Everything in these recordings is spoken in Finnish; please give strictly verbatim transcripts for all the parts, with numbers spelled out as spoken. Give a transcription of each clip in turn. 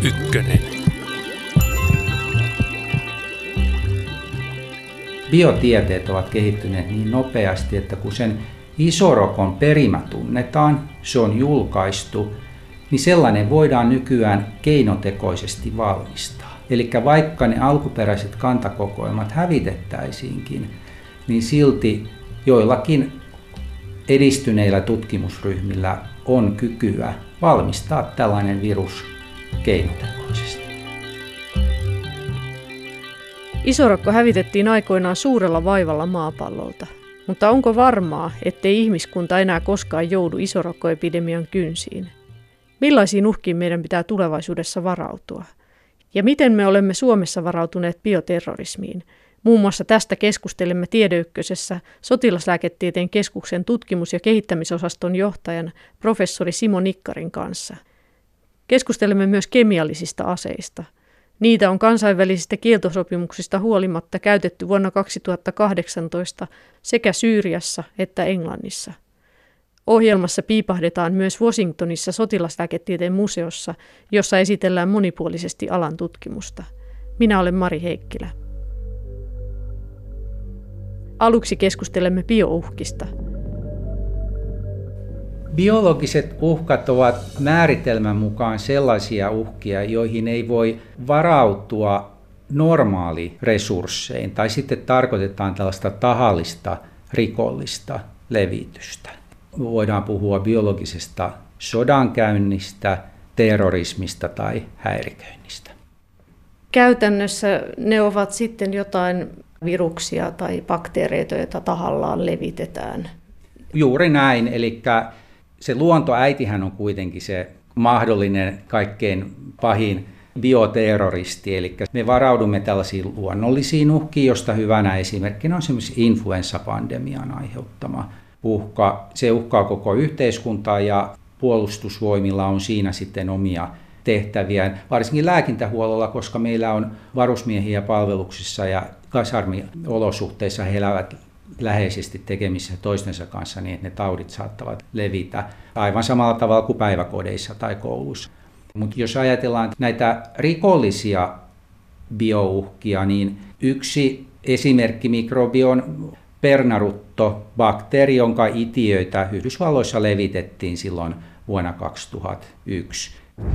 ykkönen. Biotieteet ovat kehittyneet niin nopeasti, että kun sen isorokon perimä tunnetaan, se on julkaistu, niin sellainen voidaan nykyään keinotekoisesti valmistaa. Eli vaikka ne alkuperäiset kantakokoelmat hävitettäisiinkin, niin silti joillakin edistyneillä tutkimusryhmillä on kykyä valmistaa tällainen virus keinotekoisesti. Isorokko hävitettiin aikoinaan suurella vaivalla maapallolta, mutta onko varmaa, ettei ihmiskunta enää koskaan joudu isorokkoepidemian kynsiin? Millaisiin uhkiin meidän pitää tulevaisuudessa varautua? Ja miten me olemme Suomessa varautuneet bioterrorismiin? Muun muassa tästä keskustelemme Tiedeykkösessä Sotilaslääketieteen keskuksen tutkimus- ja kehittämisosaston johtajan professori Simo Nikkarin kanssa. Keskustelemme myös kemiallisista aseista. Niitä on kansainvälisistä kieltosopimuksista huolimatta käytetty vuonna kaksituhattakahdeksantoista sekä Syyriassa että Englannissa. Ohjelmassa piipahdetaan myös Washingtonissa Sotilaslääketieteen museossa, jossa esitellään monipuolisesti alan tutkimusta. Minä olen Mari Heikkilä. Aluksi keskustelemme biouhkista. Biologiset uhkat ovat määritelmän mukaan sellaisia uhkia, joihin ei voi varautua normaaliresurssein, tai sitten tarkoitetaan tällaista tahallista rikollista levitystä. Voidaan puhua biologisesta sodankäynnistä, terrorismista tai häiriköinnistä. Käytännössä ne ovat sitten jotain viruksia tai bakteereita, joita tahallaan levitetään. Juuri näin, eli se luontoäitihän on kuitenkin se mahdollinen kaikkein pahin bioterroristi, eli me varaudumme tällaisiin luonnollisiin uhkiin, josta hyvänä esimerkkinä on esimerkiksi influenssapandemian aiheuttama uhka. Se uhkaa koko yhteiskuntaa ja puolustusvoimilla on siinä sitten omia tehtäviä, varsinkin lääkintähuollolla, koska meillä on varusmiehiä palveluksissa ja kasarmiolosuhteissa he elävät läheisesti tekemisissä toistensa kanssa niin, että ne taudit saattavat levitä aivan samalla tavalla kuin päiväkodeissa tai kouluissa. Mutta jos ajatellaan näitä rikollisia biouhkia, niin yksi esimerkki mikrobi on Bernarutto-bakteeri, jonka itiöitä Yhdysvalloissa levitettiin silloin vuonna kaksituhattayksi.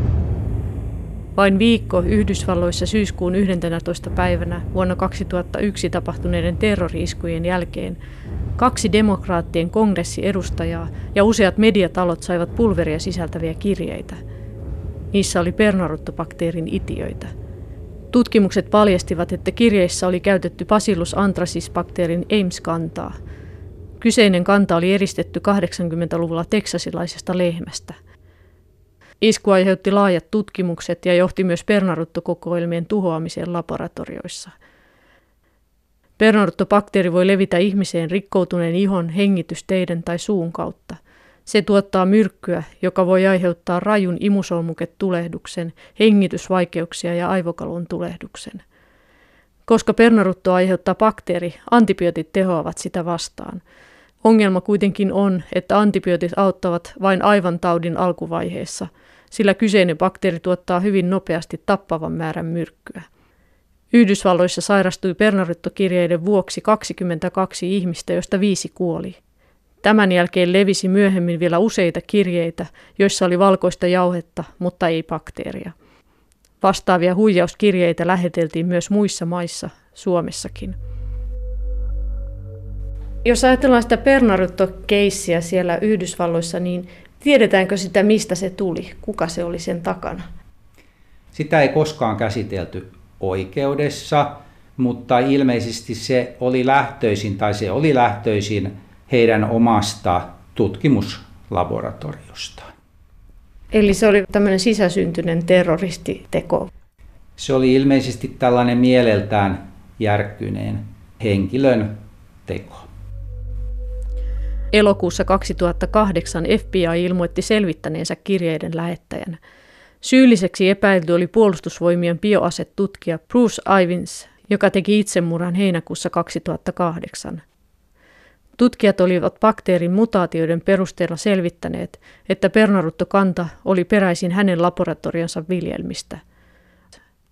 Vain viikko Yhdysvalloissa syyskuun yhdentenätoista päivänä vuonna kaksituhattayksi tapahtuneiden terrori-iskujen jälkeen kaksi demokraattien kongressiedustajaa ja useat mediatalot saivat pulveria sisältäviä kirjeitä. Niissä oli Bernarutto-bakteerin itiöitä. Tutkimukset paljastivat, että kirjeissä oli käytetty Bacillus anthracis-bakteerin Ames-kantaa. Kyseinen kanta oli eristetty kahdeksankymmentäluvulla teksasilaisesta lehmästä. Isku aiheutti laajat tutkimukset ja johti myös Bernarutto-kokoelmien tuhoamiseen laboratorioissa. Bernarutto-bakteeri voi levitä ihmiseen rikkoutuneen ihon, hengitysteiden tai suun kautta. Se tuottaa myrkkyä, joka voi aiheuttaa rajun imusolmuketulehduksen, hengitysvaikeuksia ja aivokalvon tulehduksen. Koska Bernarutto aiheuttaa bakteeri, antibiootit tehoavat sitä vastaan. Ongelma kuitenkin on, että antibiootit auttavat vain aivan taudin alkuvaiheessa, sillä kyseinen bakteeri tuottaa hyvin nopeasti tappavan määrän myrkkyä. Yhdysvalloissa sairastui Bernarutto-kirjeiden vuoksi kaksikymmentäkaksi ihmistä, joista viisi kuoli. Tämän jälkeen levisi myöhemmin vielä useita kirjeitä, joissa oli valkoista jauhetta, mutta ei bakteeria. Vastaavia huijauskirjeitä läheteltiin myös muissa maissa, Suomessakin. Jos ajatellaan sitä Bernarutto-keissiä siellä Yhdysvalloissa, niin tiedetäänkö sitä, mistä se tuli? Kuka se oli sen takana? Sitä ei koskaan käsitelty oikeudessa, mutta ilmeisesti se oli lähtöisin tai se oli lähtöisin heidän omasta tutkimuslaboratoriostaan. Eli se oli tämmöinen sisäsyntyinen terroristiteko? Se oli ilmeisesti tällainen mieleltään järkkyneen henkilön teko. Elokuussa kaksituhattakahdeksan F B I ilmoitti selvittäneensä kirjeiden lähettäjän. Syylliseksi epäilty oli puolustusvoimien bioasetutkija Bruce Ivins, joka teki itsemurhan heinäkuussa kaksituhattakahdeksan. Tutkijat olivat bakteerin mutaatioiden perusteella selvittäneet, että Bernarutto-kanta oli peräisin hänen laboratorionsa viljelmistä.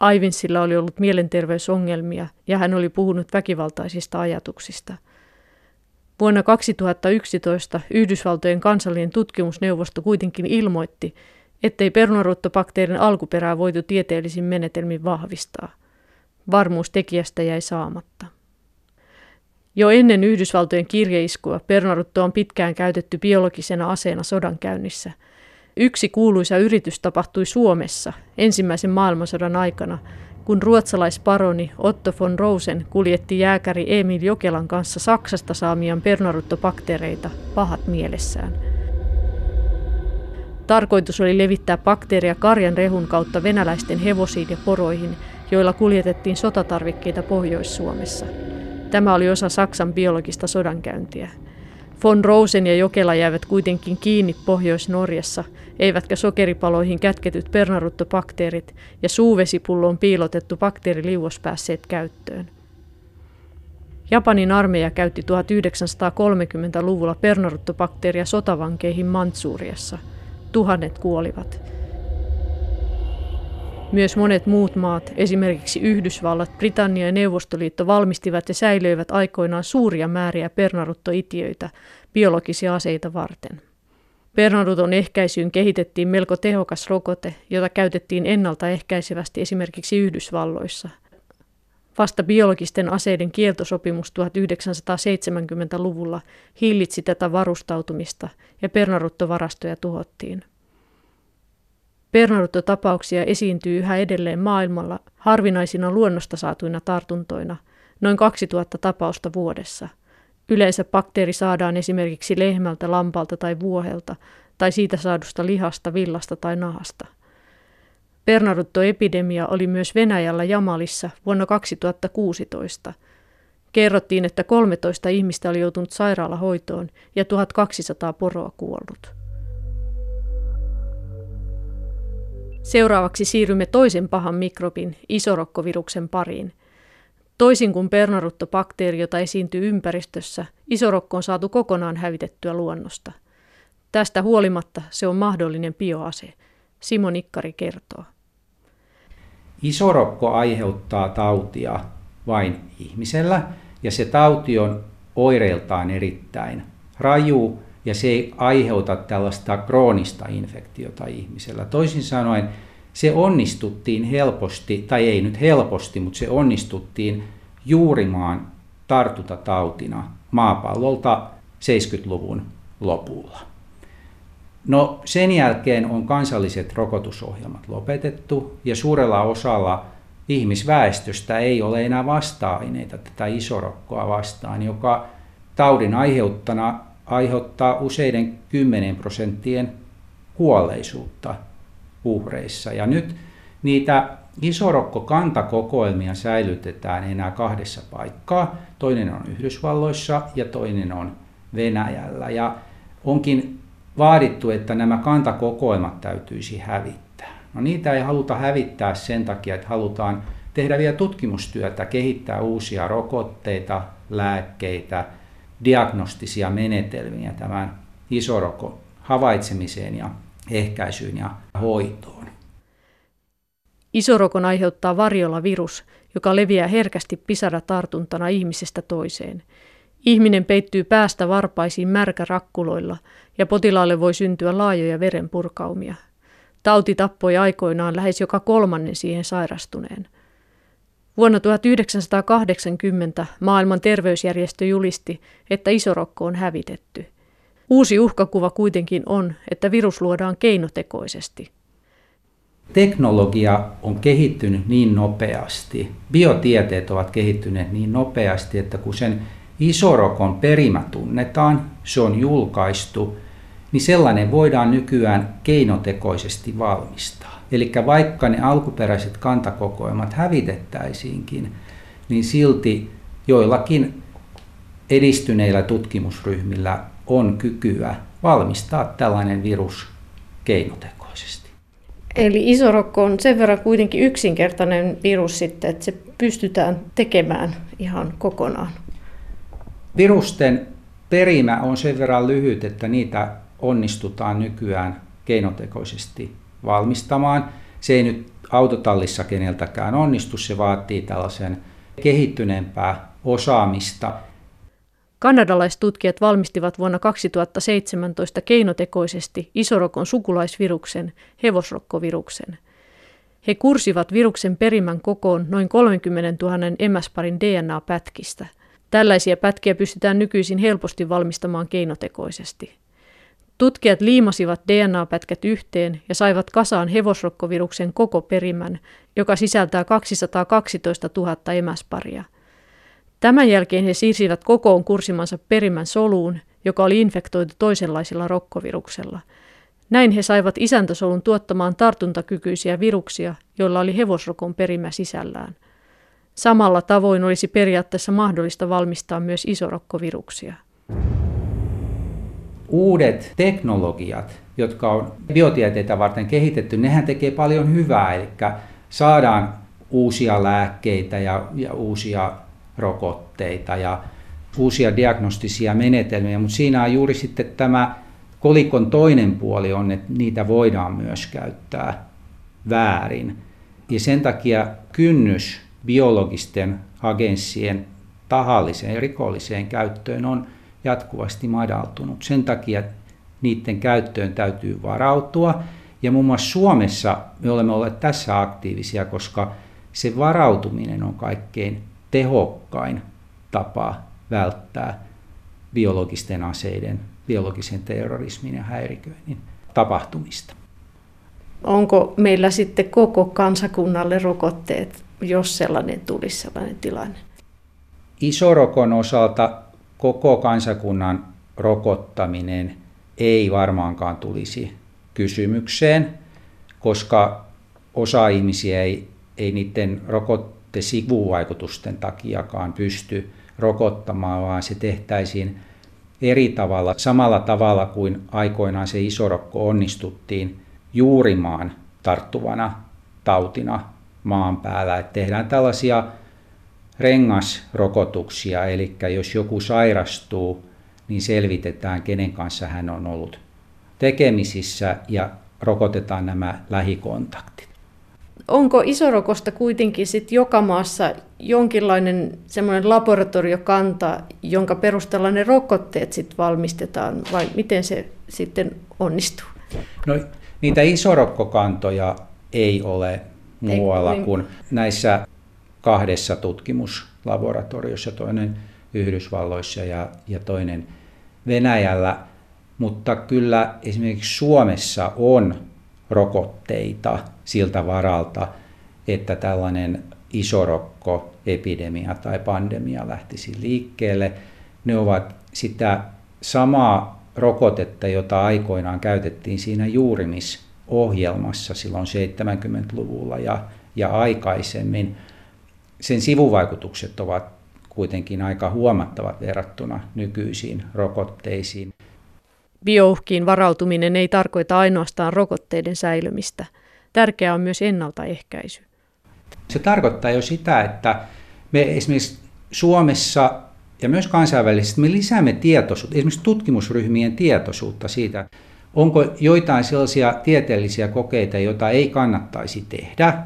Ivinsilla oli ollut mielenterveysongelmia ja hän oli puhunut väkivaltaisista ajatuksista. Vuonna kaksituhattayksitoista Yhdysvaltojen kansallinen tutkimusneuvosto kuitenkin ilmoitti, ettei perunaruttobakteerin alkuperää voitu tieteellisin menetelmin vahvistaa. Varmuus tekijästä jäi saamatta. Jo ennen Yhdysvaltojen kirjeiskua perunaruttoa on pitkään käytetty biologisena aseena sodankäynnissä. Yksi kuuluisa yritys tapahtui Suomessa ensimmäisen maailmansodan aikana, kun ruotsalaisparoni Otto von Rosen kuljetti jääkäri Emil Jokelan kanssa Saksasta saamiaan perunaruttobakteereita pahat mielessään. Tarkoitus oli levittää bakteeria karjan rehun kautta venäläisten hevosiin ja poroihin, joilla kuljetettiin sotatarvikkeita Pohjois-Suomessa. Tämä oli osa Saksan biologista sodankäyntiä. Von Rosen ja Jokela jäivät kuitenkin kiinni Pohjois-Norjassa, eivätkä sokeripaloihin kätketyt perunaruttobakteerit ja suuvesipulloon piilotettu bakteeriliuos päässeet käyttöön. Japanin armeija käytti tuhatyhdeksänsataakolmekymmentäluvulla perunaruttobakteeria sotavankeihin Mantsuriassa. Tuhannet kuolivat. Myös monet muut maat, esimerkiksi Yhdysvallat, Britannia ja Neuvostoliitto valmistivat ja säilöivät aikoinaan suuria määriä pernaruttoitiöitä biologisia aseita varten. Pernaruton ehkäisyyn kehitettiin melko tehokas rokote, jota käytettiin ennaltaehkäisevästi esimerkiksi Yhdysvalloissa. Vasta biologisten aseiden kieltosopimus tuhatyhdeksänsataaseitsemänkymmentäluvulla hillitsi tätä varustautumista ja pernaruttovarastoja tuhottiin. Pernaruttotapauksia esiintyy yhä edelleen maailmalla harvinaisina luonnosta saatuina tartuntoina, noin kaksituhatta tapausta vuodessa. Yleensä bakteeri saadaan esimerkiksi lehmältä, lampaalta tai vuohelta, tai siitä saadusta lihasta, villasta tai nahasta. Pernaruttoepidemia oli myös Venäjällä Jamalissa vuonna kaksituhattakuusitoista. Kerrottiin, että kolmetoista ihmistä oli joutunut sairaalahoitoon ja tuhatkaksisataa poroa kuollut. Seuraavaksi siirrymme toisen pahan mikrobin, isorokkoviruksen pariin. Toisin kuin pernaruttobakteeri, jota esiintyy ympäristössä, isorokko on saatu kokonaan hävitettyä luonnosta. Tästä huolimatta se on mahdollinen bioase. Simo Nikkari kertoo. Isorokko aiheuttaa tautia vain ihmisellä, ja se tauti on oireiltaan erittäin raju, ja se ei aiheuta tällaista kroonista infektiota ihmisellä. Toisin sanoen se onnistuttiin helposti, tai ei nyt helposti, mutta se onnistuttiin juurimaan tartuntatautina maapallolta seitsemänkymmentäluvun lopulla. No sen jälkeen on kansalliset rokotusohjelmat lopetettu ja suurella osalla ihmisväestöstä ei ole enää vasta-aineita tätä isorokkoa vastaan, joka taudin aiheuttana aiheuttaa useiden kymmenen prosenttien kuolleisuutta uhreissa. Ja nyt niitä isorokkokantakokoelmia säilytetään enää kahdessa paikkaa. Toinen on Yhdysvalloissa ja toinen on Venäjällä. Ja onkin vaadittu, että nämä kantakokoelmat täytyisi hävittää. No niitä ei haluta hävittää sen takia, että halutaan tehdä vielä tutkimustyötä, kehittää uusia rokotteita, lääkkeitä, diagnostisia menetelmiä tämän isorokon havaitsemiseen ja ehkäisyyn ja hoitoon. Isorokon aiheuttaa variola-virus, joka leviää herkästi pisaratartuntana ihmisestä toiseen. Ihminen peittyy päästä varpaisiin märkärakkuloilla ja potilaalle voi syntyä laajoja verenpurkaumia. Tauti tappoi aikoinaan lähes joka kolmannen siihen sairastuneen. Vuonna tuhatyhdeksänsataakahdeksankymmentä maailman terveysjärjestö julisti, että isorokko on hävitetty. Uusi uhkakuva kuitenkin on, että virus luodaan keinotekoisesti. Teknologia on kehittynyt niin nopeasti, biotieteet ovat kehittyneet niin nopeasti, että kun sen isorokon perimä tunnetaan, se on julkaistu, niin sellainen voidaan nykyään keinotekoisesti valmistaa. Eli vaikka ne alkuperäiset kantakokoelmat hävitettäisiinkin, niin silti joillakin edistyneillä tutkimusryhmillä on kykyä valmistaa tällainen virus keinotekoisesti. Eli isorokko on sen verran kuitenkin yksinkertainen virus sitten, että se pystytään tekemään ihan kokonaan. Virusten perimä on sen verran lyhyt, että niitä onnistutaan nykyään keinotekoisesti valmistamaan. Se ei nyt autotallissa keneltäkään onnistu, se vaatii tällaisen kehittyneempää osaamista. Kanadalaistutkijat valmistivat vuonna kaksituhattaseitsemäntoista keinotekoisesti isorokon sukulaisviruksen, hevosrokkoviruksen. He kursivat viruksen perimän kokoon noin kolmekymmentätuhatta emäsparin D N A-pätkistä. Tällaisia pätkiä pystytään nykyisin helposti valmistamaan keinotekoisesti. Tutkijat liimasivat D N A-pätkät yhteen ja saivat kasaan hevosrokkoviruksen koko perimän, joka sisältää kaksisataakaksitoistatuhatta emäsparia. Tämän jälkeen he siirsivät kokoon kursimansa perimän soluun, joka oli infektoitu toisenlaisella rokkoviruksella. Näin he saivat isäntäsolun tuottamaan tartuntakykyisiä viruksia, joilla oli hevosrokon perimä sisällään. Samalla tavoin olisi periaatteessa mahdollista valmistaa myös isorokkoviruksia. Uudet teknologiat, jotka on biotieteitä varten kehitetty, nehän tekee paljon hyvää, eli saadaan uusia lääkkeitä ja, ja uusia rokotteita ja uusia diagnostisia menetelmiä, mutta siinä on juuri sitten tämä kolikon toinen puoli on, että niitä voidaan myös käyttää väärin. Ja sen takia kynnys biologisten agenssien tahalliseen ja rikolliseen käyttöön on jatkuvasti madaltunut. Sen takia niiden käyttöön täytyy varautua. Ja muun muassa Suomessa me olemme olleet tässä aktiivisia, koska se varautuminen on kaikkein tehokkain tapa välttää biologisten aseiden, biologisen terrorismin ja häiriköinnin tapahtumista. Onko meillä sitten koko kansakunnalle rokotteet, jos sellainen tulisi sellainen tilanne? Isorokon osalta koko kansakunnan rokottaminen ei varmaankaan tulisi kysymykseen, koska osa ihmisiä ei, ei niiden rokottesivuvaikutusten takiakaan pysty rokottamaan, vaan se tehtäisiin eri tavalla, samalla tavalla kuin aikoinaan se isorokko onnistuttiin juurimaan tarttuvana tautina maan päällä. Et tehdään tällaisia rengasrokotuksia, eli jos joku sairastuu, niin selvitetään, kenen kanssa hän on ollut tekemisissä ja rokotetaan nämä lähikontaktit. Onko isorokosta kuitenkin sit joka maassa jonkinlainen semmoinen laboratoriokanta, jonka perusteella ne rokotteet sit valmistetaan, vai miten se sitten onnistuu? No, niitä isorokkokantoja ei ole muualla ei, kuin näissä kahdessa tutkimuslaboratoriossa, toinen Yhdysvalloissa ja, ja toinen Venäjällä, mutta kyllä esimerkiksi Suomessa on rokotteita siltä varalta, että tällainen isorokkoepidemia tai pandemia lähtisi liikkeelle. Ne ovat sitä samaa rokotetta, jota aikoinaan käytettiin siinä juurimisohjelmassa silloin seitsemänkymmentäluvulla ja, ja aikaisemmin. Sen sivuvaikutukset ovat kuitenkin aika huomattavat verrattuna nykyisiin rokotteisiin. Biouhkiin varautuminen ei tarkoita ainoastaan rokotteiden säilymistä. Tärkeää on myös ennaltaehkäisy. Se tarkoittaa jo sitä, että me esimerkiksi Suomessa ja myös kansainvälisesti me lisäämme tietoisuutta, esimerkiksi tutkimusryhmien tietoisuutta siitä, onko joitain sellaisia tieteellisiä kokeita, joita ei kannattaisi tehdä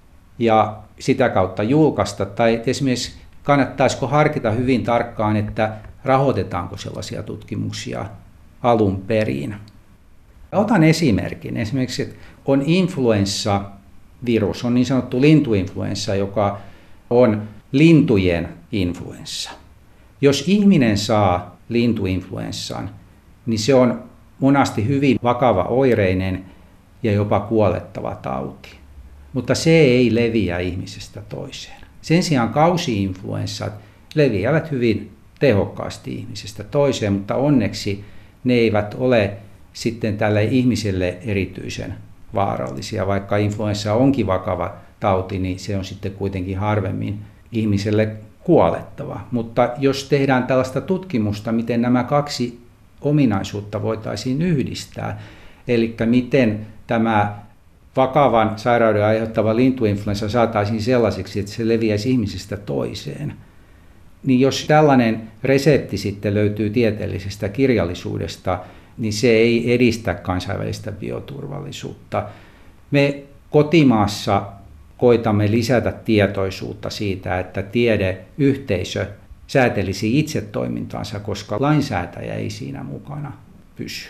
ja sitä kautta julkaista, tai esimerkiksi kannattaisiko harkita hyvin tarkkaan, että rahoitetaanko sellaisia tutkimuksia alun perin. Otan esimerkin. Esimerkiksi että on influenssavirus, on niin sanottu lintuinfluenssa, joka on lintujen influenssa. Jos ihminen saa lintuinfluenssan, niin se on monasti hyvin vakava oireinen ja jopa kuolettava tauti. Mutta se ei leviä ihmisestä toiseen. Sen sijaan kausi-influenssat leviävät hyvin tehokkaasti ihmisestä toiseen, mutta onneksi ne eivät ole sitten tälle ihmiselle erityisen vaarallisia. Vaikka influenssa onkin vakava tauti, niin se on sitten kuitenkin harvemmin ihmiselle kuolettava. Mutta jos tehdään tällaista tutkimusta, miten nämä kaksi ominaisuutta voitaisiin yhdistää, eli miten tämä vakavan sairauden aiheuttava lintuinfluenssa saataisiin sellaiseksi, että se leviäisi ihmisestä toiseen, niin jos tällainen resepti sitten löytyy tieteellisestä kirjallisuudesta, niin se ei edistä kansainvälistä bioturvallisuutta. Me kotimaassa koitamme lisätä tietoisuutta siitä, että tiedeyhteisö säätelisi itse toimintaansa, koska lainsäätäjä ei siinä mukana pysy.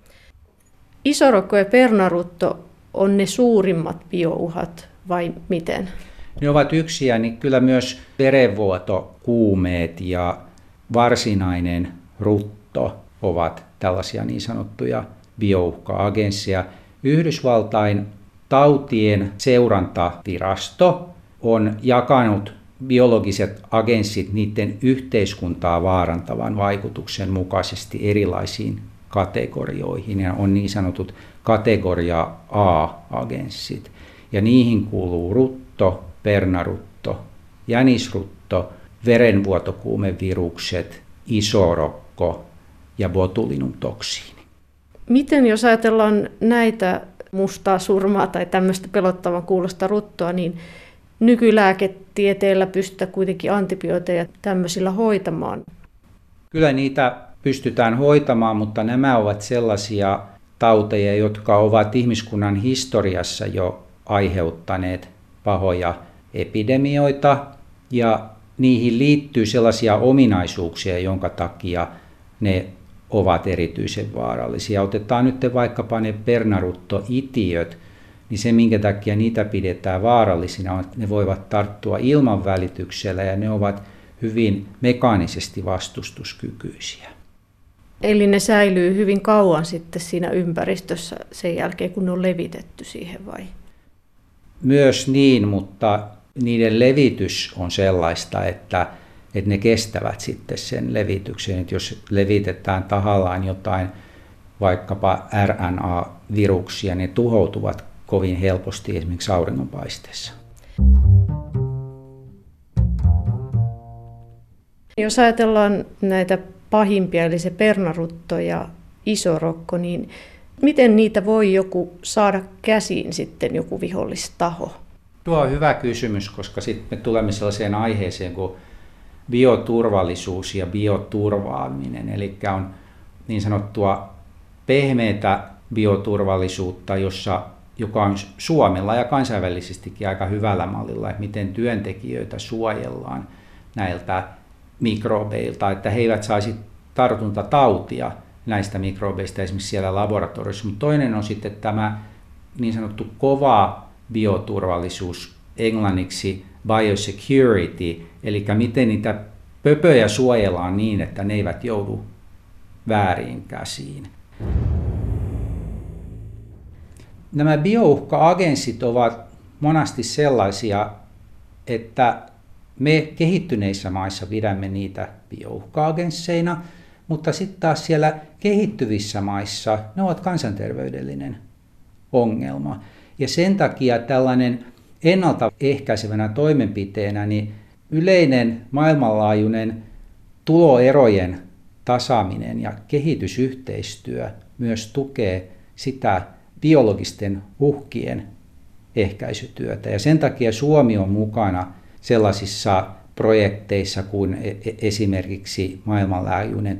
Isorokko ja pernarutto on ne suurimmat biouhat vai miten? Ne ovat yksiä, niin kyllä myös verenvuotokuumeet ja varsinainen rutto ovat tällaisia niin sanottuja biouhka-agensseja. Yhdysvaltain tautien seurantavirasto on jakanut biologiset agenssit niiden yhteiskuntaa vaarantavan vaikutuksen mukaisesti erilaisiin kategorioihin, ja on niin sanotut kategoria A-agenssit. Ja niihin kuuluu rutto, pernarutto, jänisrutto, verenvuotokuumevirukset, isorokko ja botulinumtoksiini. Miten jos ajatellaan näitä mustaa surmaa tai tämmöistä pelottavan kuulosta ruttoa, niin nykylääketieteellä pystytään kuitenkin antibiooteja tämmöisillä hoitamaan? Kyllä niitä pystytään hoitamaan, mutta nämä ovat sellaisia tauteja, jotka ovat ihmiskunnan historiassa jo aiheuttaneet pahoja epidemioita, ja niihin liittyy sellaisia ominaisuuksia, jonka takia ne ovat erityisen vaarallisia. Otetaan nyt vaikkapa ne pernaruttoitiöt, niin se minkä takia niitä pidetään vaarallisina on, että ne voivat tarttua ilman välityksellä ja ne ovat hyvin mekaanisesti vastustuskykyisiä. Eli ne säilyy hyvin kauan sitten siinä ympäristössä sen jälkeen, kun ne on levitetty siihen vai? Myös niin, mutta niiden levitys on sellaista, että, että ne kestävät sitten sen levityksen. Että jos levitetään tahallaan jotain, vaikkapa R N A-viruksia, ne tuhoutuvat kovin helposti esimerkiksi auringonpaisteessa. Jos ajatellaan näitä pahimpia, eli se pernarutto ja isorokko, niin miten niitä voi joku saada käsiin sitten, joku vihollistaho? Tuo on hyvä kysymys, koska sitten me tulemme sellaiseen aiheeseen kuin bioturvallisuus ja bioturvaaminen. Eli on niin sanottua pehmeätä bioturvallisuutta, jossa, joka on Suomella ja kansainvälisestikin aika hyvällä mallilla, että miten työntekijöitä suojellaan näiltä mikrobeilta, että he eivät saisi tartuntatautia näistä mikrobeista esimerkiksi siellä laboratoriossa. Mutta toinen on sitten tämä niin sanottu kova bioturvallisuus, englanniksi biosecurity, eli miten niitä pöpöjä suojellaan niin, että ne eivät joudu vääriin käsiin. Nämä biouhka-agenssit ovat monasti sellaisia, että me kehittyneissä maissa pidämme niitä biouhka-agensseina, mutta sitten taas siellä kehittyvissä maissa ne ovat kansanterveydellinen ongelma. Ja sen takia tällainen ennaltaehkäisevänä toimenpiteenä niin yleinen maailmanlaajuinen tuloerojen tasaaminen ja kehitysyhteistyö myös tukee sitä biologisten uhkien ehkäisytyötä. Ja sen takia Suomi on mukana sellaisissa projekteissa kuin esimerkiksi maailmanlaajuinen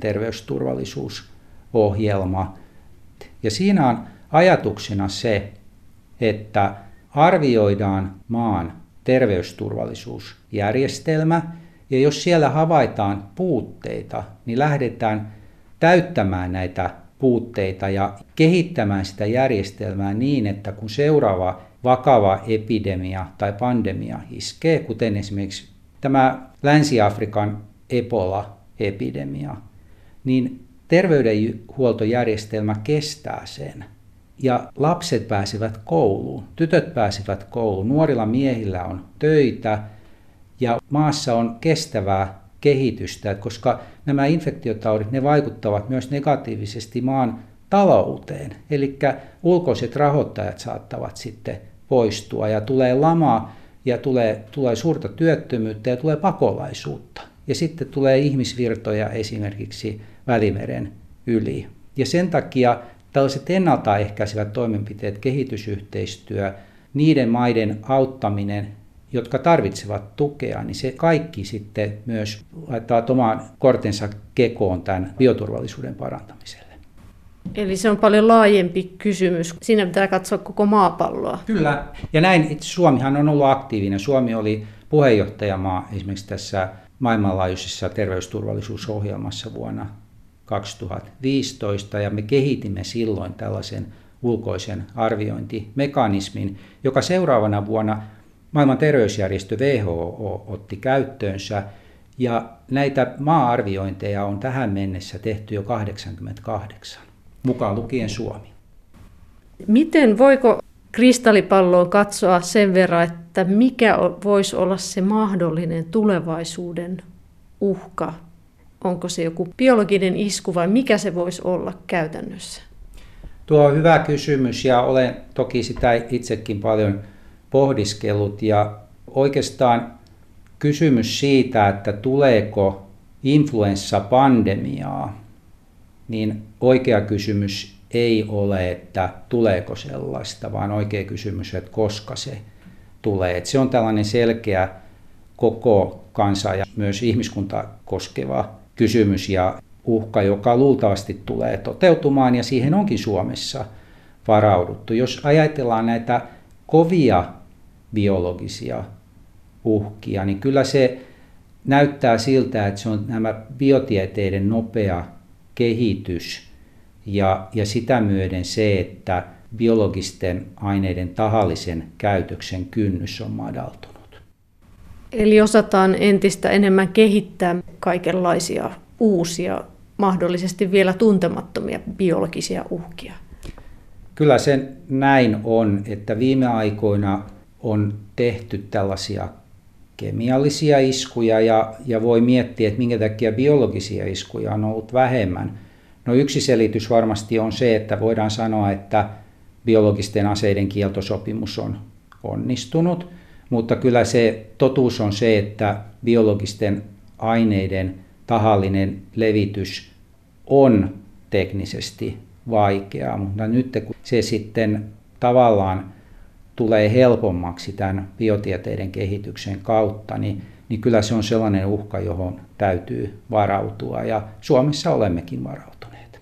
terveysturvallisuusohjelma. Ja siinä on ajatuksena se, että arvioidaan maan terveysturvallisuusjärjestelmä, ja jos siellä havaitaan puutteita, niin lähdetään täyttämään näitä puutteita ja kehittämään sitä järjestelmää niin, että kun seuraava vakava epidemia tai pandemia iskee, kuten esimerkiksi tämä Länsi-Afrikan Ebola-epidemia, niin terveydenhuoltojärjestelmä kestää sen. Ja lapset pääsevät kouluun, tytöt pääsevät kouluun, nuorilla miehillä on töitä ja maassa on kestävää kehitystä, koska nämä infektiotaudit ne vaikuttavat myös negatiivisesti maan talouteen. Eli ulkoiset rahoittajat saattavat sitten poistua ja tulee lama ja tulee, tulee suurta työttömyyttä ja tulee pakolaisuutta. Ja sitten tulee ihmisvirtoja esimerkiksi Välimeren yli. Ja sen takia tällaiset ennaltaehkäisevät toimenpiteet, kehitysyhteistyö, niiden maiden auttaminen, jotka tarvitsevat tukea, niin se kaikki sitten myös laittaa oman kortensa kekoon tämän bioturvallisuuden parantamiselle. Eli se on paljon laajempi kysymys. Siinä pitää katsoa koko maapalloa. Kyllä. Ja näin itse Suomihan on ollut aktiivinen. Suomi oli puheenjohtajamaa esimerkiksi tässä maailmanlaajuisessa terveysturvallisuusohjelmassa vuonna kaksituhattaviisitoista, ja me kehitimme silloin tällaisen ulkoisen arviointimekanismin, joka seuraavana vuonna maailman terveysjärjestö W H O otti käyttöönsä, ja näitä maa-arviointeja on tähän mennessä tehty jo kahdeksankymmentäkahdeksan, mukaan lukien Suomi. Miten voiko kristallipalloon katsoa sen verran, että mikä voisi olla se mahdollinen tulevaisuuden uhka? Onko se joku biologinen isku vai mikä se voisi olla käytännössä? Tuo on hyvä kysymys ja olen toki sitä itsekin paljon pohdiskellut, ja oikeastaan kysymys siitä, että tuleeko influenssapandemiaa, niin oikea kysymys ei ole, että tuleeko sellaista, vaan oikea kysymys, että koska se tulee. Että se on tällainen selkeä koko kansaa ja myös ihmiskunta koskeva kysymys ja uhka, joka luultavasti tulee toteutumaan, ja siihen onkin Suomessa varauduttu. Jos ajatellaan näitä kovia biologisia uhkia, niin kyllä se näyttää siltä, että se on nämä biotieteiden nopea kehitys ja, ja sitä myöden se, että biologisten aineiden tahallisen käytöksen kynnys on madaltunut. Eli osataan entistä enemmän kehittää kaikenlaisia uusia, mahdollisesti vielä tuntemattomia biologisia uhkia. Kyllä se näin on, että viime aikoina on tehty tällaisia kemiallisia iskuja ja, ja voi miettiä, että minkä takia biologisia iskuja on ollut vähemmän. No yksi selitys varmasti on se, että voidaan sanoa, että biologisten aseiden kieltosopimus on onnistunut, mutta kyllä se totuus on se, että biologisten aineiden tahallinen levitys on teknisesti vaikeaa, mutta nyt kun se sitten tavallaan tulee helpommaksi tämän biotieteiden kehityksen kautta, niin, niin kyllä se on sellainen uhka, johon täytyy varautua, ja Suomessa olemmekin varautuneet.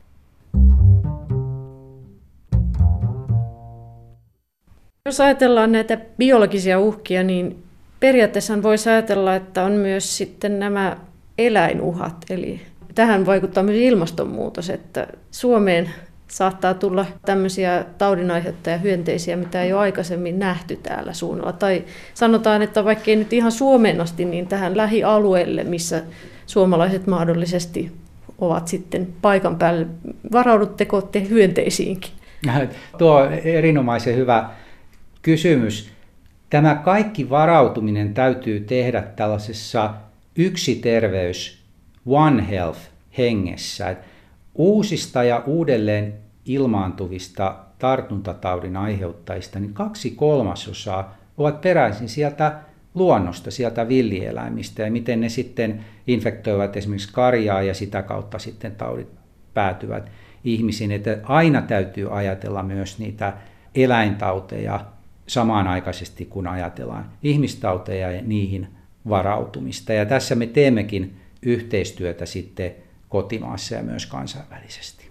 Jos ajatellaan näitä biologisia uhkia, niin periaatteessa voisi ajatella, että on myös sitten nämä eläinuhat, eli tähän vaikuttaa myös ilmastonmuutos, että Suomeen saattaa tulla tämmöisiä taudinaiheuttajia-hyönteisiä, mitä ei ole aikaisemmin nähty täällä suunnalla. Tai sanotaan, että vaikka ei nyt ihan Suomeen asti, niin tähän lähialueelle, missä suomalaiset mahdollisesti ovat sitten paikan päällä. Varaudutteko te hyönteisiinkin? Tuo on erinomaisen hyvä kysymys. Tämä kaikki varautuminen täytyy tehdä tällaisessa yksi terveys, one health hengessä. Uusista ja uudelleen ilmaantuvista tartuntataudin aiheuttajista niin kaksi kolmasosaa ovat peräisin sieltä luonnosta, sieltä villieläimistä, ja miten ne sitten infektoivat esimerkiksi karjaa ja sitä kautta sitten taudit päätyvät ihmisiin. Että aina täytyy ajatella myös niitä eläintauteja samanaikaisesti, kun ajatellaan ihmistauteja ja niihin varautumista. Ja tässä me teemmekin yhteistyötä sitten kotimaassa ja myös kansainvälisesti.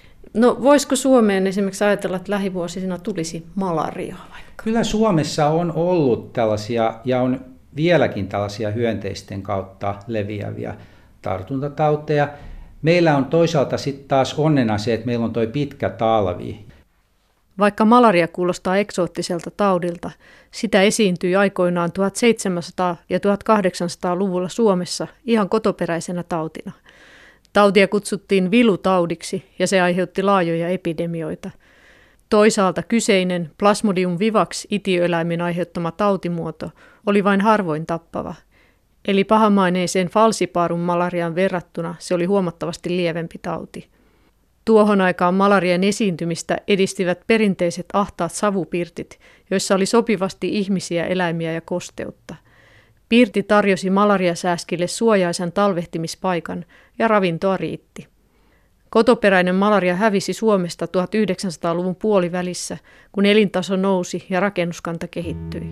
No voisiko Suomeen esimerkiksi ajatella, että lähivuosina tulisi malariaa vaikka? Kyllä Suomessa on ollut tällaisia ja on vieläkin tällaisia hyönteisten kautta leviäviä tartuntatauteja. Meillä on toisaalta sitten taas onnena se, että meillä on tuo pitkä talvi. Vaikka malaria kuulostaa eksoottiselta taudilta, sitä esiintyi aikoinaan tuhatseitsemänsataa- ja tuhatkahdeksansataaluvulla Suomessa ihan kotoperäisenä tautina. Tautia kutsuttiin vilutaudiksi ja se aiheutti laajoja epidemioita. Toisaalta kyseinen Plasmodium vivax itiöeläimen aiheuttama tautimuoto oli vain harvoin tappava. Eli pahamaineiseen falciparum malariaan verrattuna se oli huomattavasti lievempi tauti. Tuohon aikaan malarian esiintymistä edistivät perinteiset ahtaat savupirtit, joissa oli sopivasti ihmisiä, eläimiä ja kosteutta. Pirtti tarjosi malariasääskille suojaisen talvehtimispaikan ja ravintoa riitti. Kotoperäinen malaria hävisi Suomesta tuhatyhdeksänsataaluvun puolivälissä, kun elintaso nousi ja rakennuskanta kehittyi.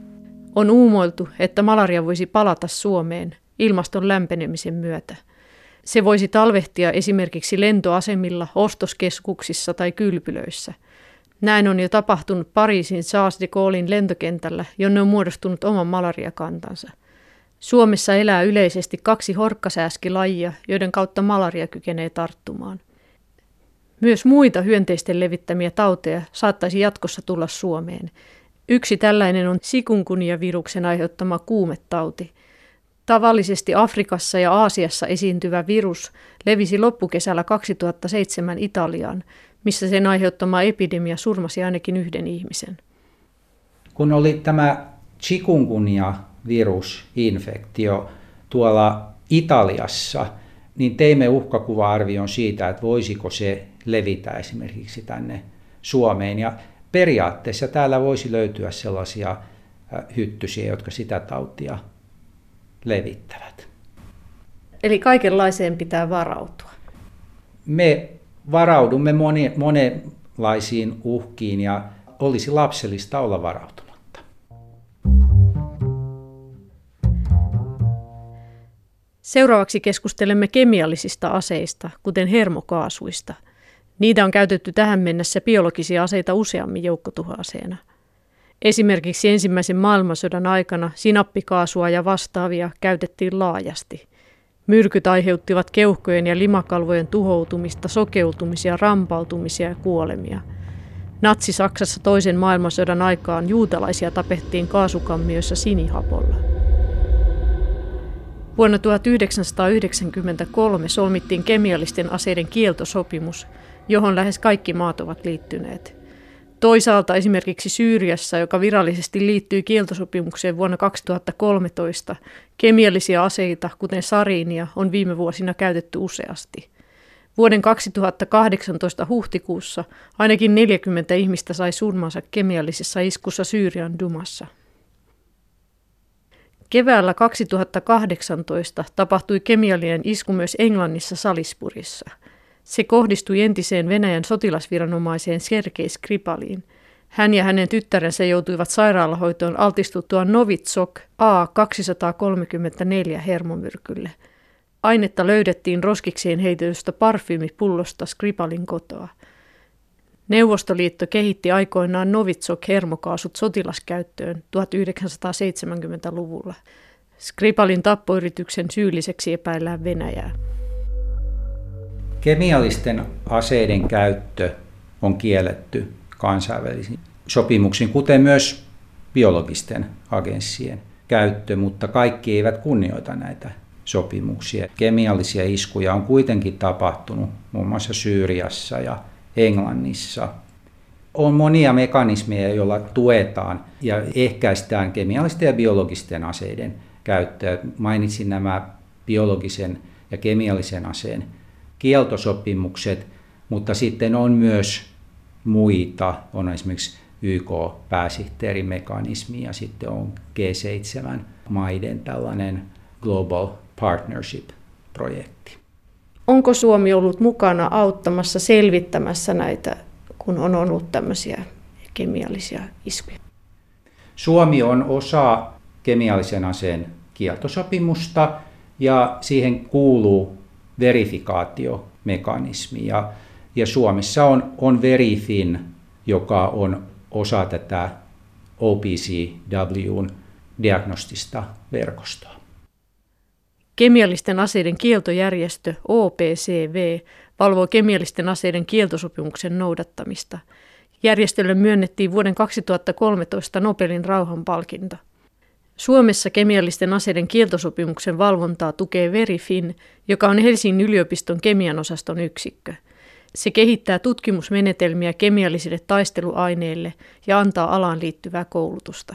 On uumoiltu, että malaria voisi palata Suomeen ilmaston lämpenemisen myötä. Se voisi talvehtia esimerkiksi lentoasemilla, ostoskeskuksissa tai kylpylöissä. Näin on jo tapahtunut Pariisin Charles de Gaullen lentokentällä, jonne on muodostunut oman malariakantansa. Suomessa elää yleisesti kaksi horkkasääskilajia, joiden kautta malaria kykenee tarttumaan. Myös muita hyönteisten levittämiä tauteja saattaisi jatkossa tulla Suomeen. Yksi tällainen on chikungunya-viruksen aiheuttama kuumetauti. Tavallisesti Afrikassa ja Aasiassa esiintyvä virus levisi loppukesällä kaksituhattaseitsemän Italiaan, missä sen aiheuttama epidemia surmasi ainakin yhden ihmisen. Kun oli tämä chikungunya-virusinfektio tuolla Italiassa, niin teimme uhkakuva-arvion siitä, että voisiko se levitä esimerkiksi tänne Suomeen. Ja periaatteessa täällä voisi löytyä sellaisia hyttysiä, jotka sitä tautia levittävät. Eli kaikenlaiseen pitää varautua. Me varaudumme moni, monenlaisiin uhkiin ja olisi lapsellista olla varautumatta. Seuraavaksi keskustelemme kemiallisista aseista, kuten hermokaasuista. Niitä on käytetty tähän mennessä biologisia aseita useammin joukkotuhoaseena. Esimerkiksi ensimmäisen maailmansodan aikana sinappikaasua ja vastaavia käytettiin laajasti. Myrkyt aiheuttivat keuhkojen ja limakalvojen tuhoutumista, sokeutumisia, rampautumisia ja kuolemia. Natsi-Saksassa toisen maailmansodan aikaan juutalaisia tapettiin kaasukammioissa sinihapolla. Vuonna tuhatyhdeksänsataayhdeksänkymmentäkolme solmittiin kemiallisten aseiden kieltosopimus, johon lähes kaikki maat ovat liittyneet. Toisaalta esimerkiksi Syyriassa, joka virallisesti liittyi kieltosopimukseen vuonna kaksituhattakolmetoista, kemiallisia aseita, kuten sariinia, on viime vuosina käytetty useasti. Vuoden kaksituhattakahdeksantoista huhtikuussa ainakin neljäkymmentä ihmistä sai surmansa kemiallisessa iskussa Syyrian Dumassa. Keväällä kaksituhattakahdeksantoista tapahtui kemiallinen isku myös Englannissa Salisburyssa. Se kohdistui entiseen Venäjän sotilasviranomaiseen Sergei Skripaliin. Hän ja hänen tyttärensä joutuivat sairaalahoitoon altistuttuaan Novichok A kaksisataakolmekymmentäneljä hermomyrkylle. Ainetta löydettiin roskikseen heitetystä parfyymipullosta Skripalin kotoa. Neuvostoliitto kehitti aikoinaan Novichok-hermokaasut sotilaskäyttöön tuhatyhdeksänsataaseitsemänkymmentäluvulla. Skripalin tappoyrityksen syylliseksi epäillään Venäjää. Kemiallisten aseiden käyttö on kielletty kansainvälisin sopimuksin, kuten myös biologisten agenssien käyttö, mutta kaikki eivät kunnioita näitä sopimuksia. Kemiallisia iskuja on kuitenkin tapahtunut muun muassa Syyriassa ja Englannissa. On monia mekanismeja, joilla tuetaan ja ehkäistään kemiallisten ja biologisten aseiden käyttöä. Mainitsin nämä biologisen ja kemiallisen aseen kieltosopimukset, mutta sitten on myös muita, on esimerkiksi Y K-pääsihteerimekanismi ja sitten on G seitsemän maiden tällainen Global Partnership-projekti. Onko Suomi ollut mukana auttamassa selvittämässä näitä, kun on ollut tämmöisiä kemiallisia iskuja? Suomi on osa kemiallisen aseen kieltosopimusta ja siihen kuuluu verifikaatiomekanismi. Ja, ja Suomessa on, on Verifin, joka on osa tätä O P C W:n diagnostista verkostoa. Kemiallisten aseiden kieltojärjestö O P C W valvoo kemiallisten aseiden kieltosopimuksen noudattamista. Järjestölle myönnettiin vuoden kaksituhattakolmetoista Nobelin rauhanpalkinto. Suomessa kemiallisten aseiden kieltosopimuksen valvontaa tukee Verifin, joka on Helsingin yliopiston kemian osaston yksikkö. Se kehittää tutkimusmenetelmiä kemiallisille taisteluaineille ja antaa alaan liittyvää koulutusta.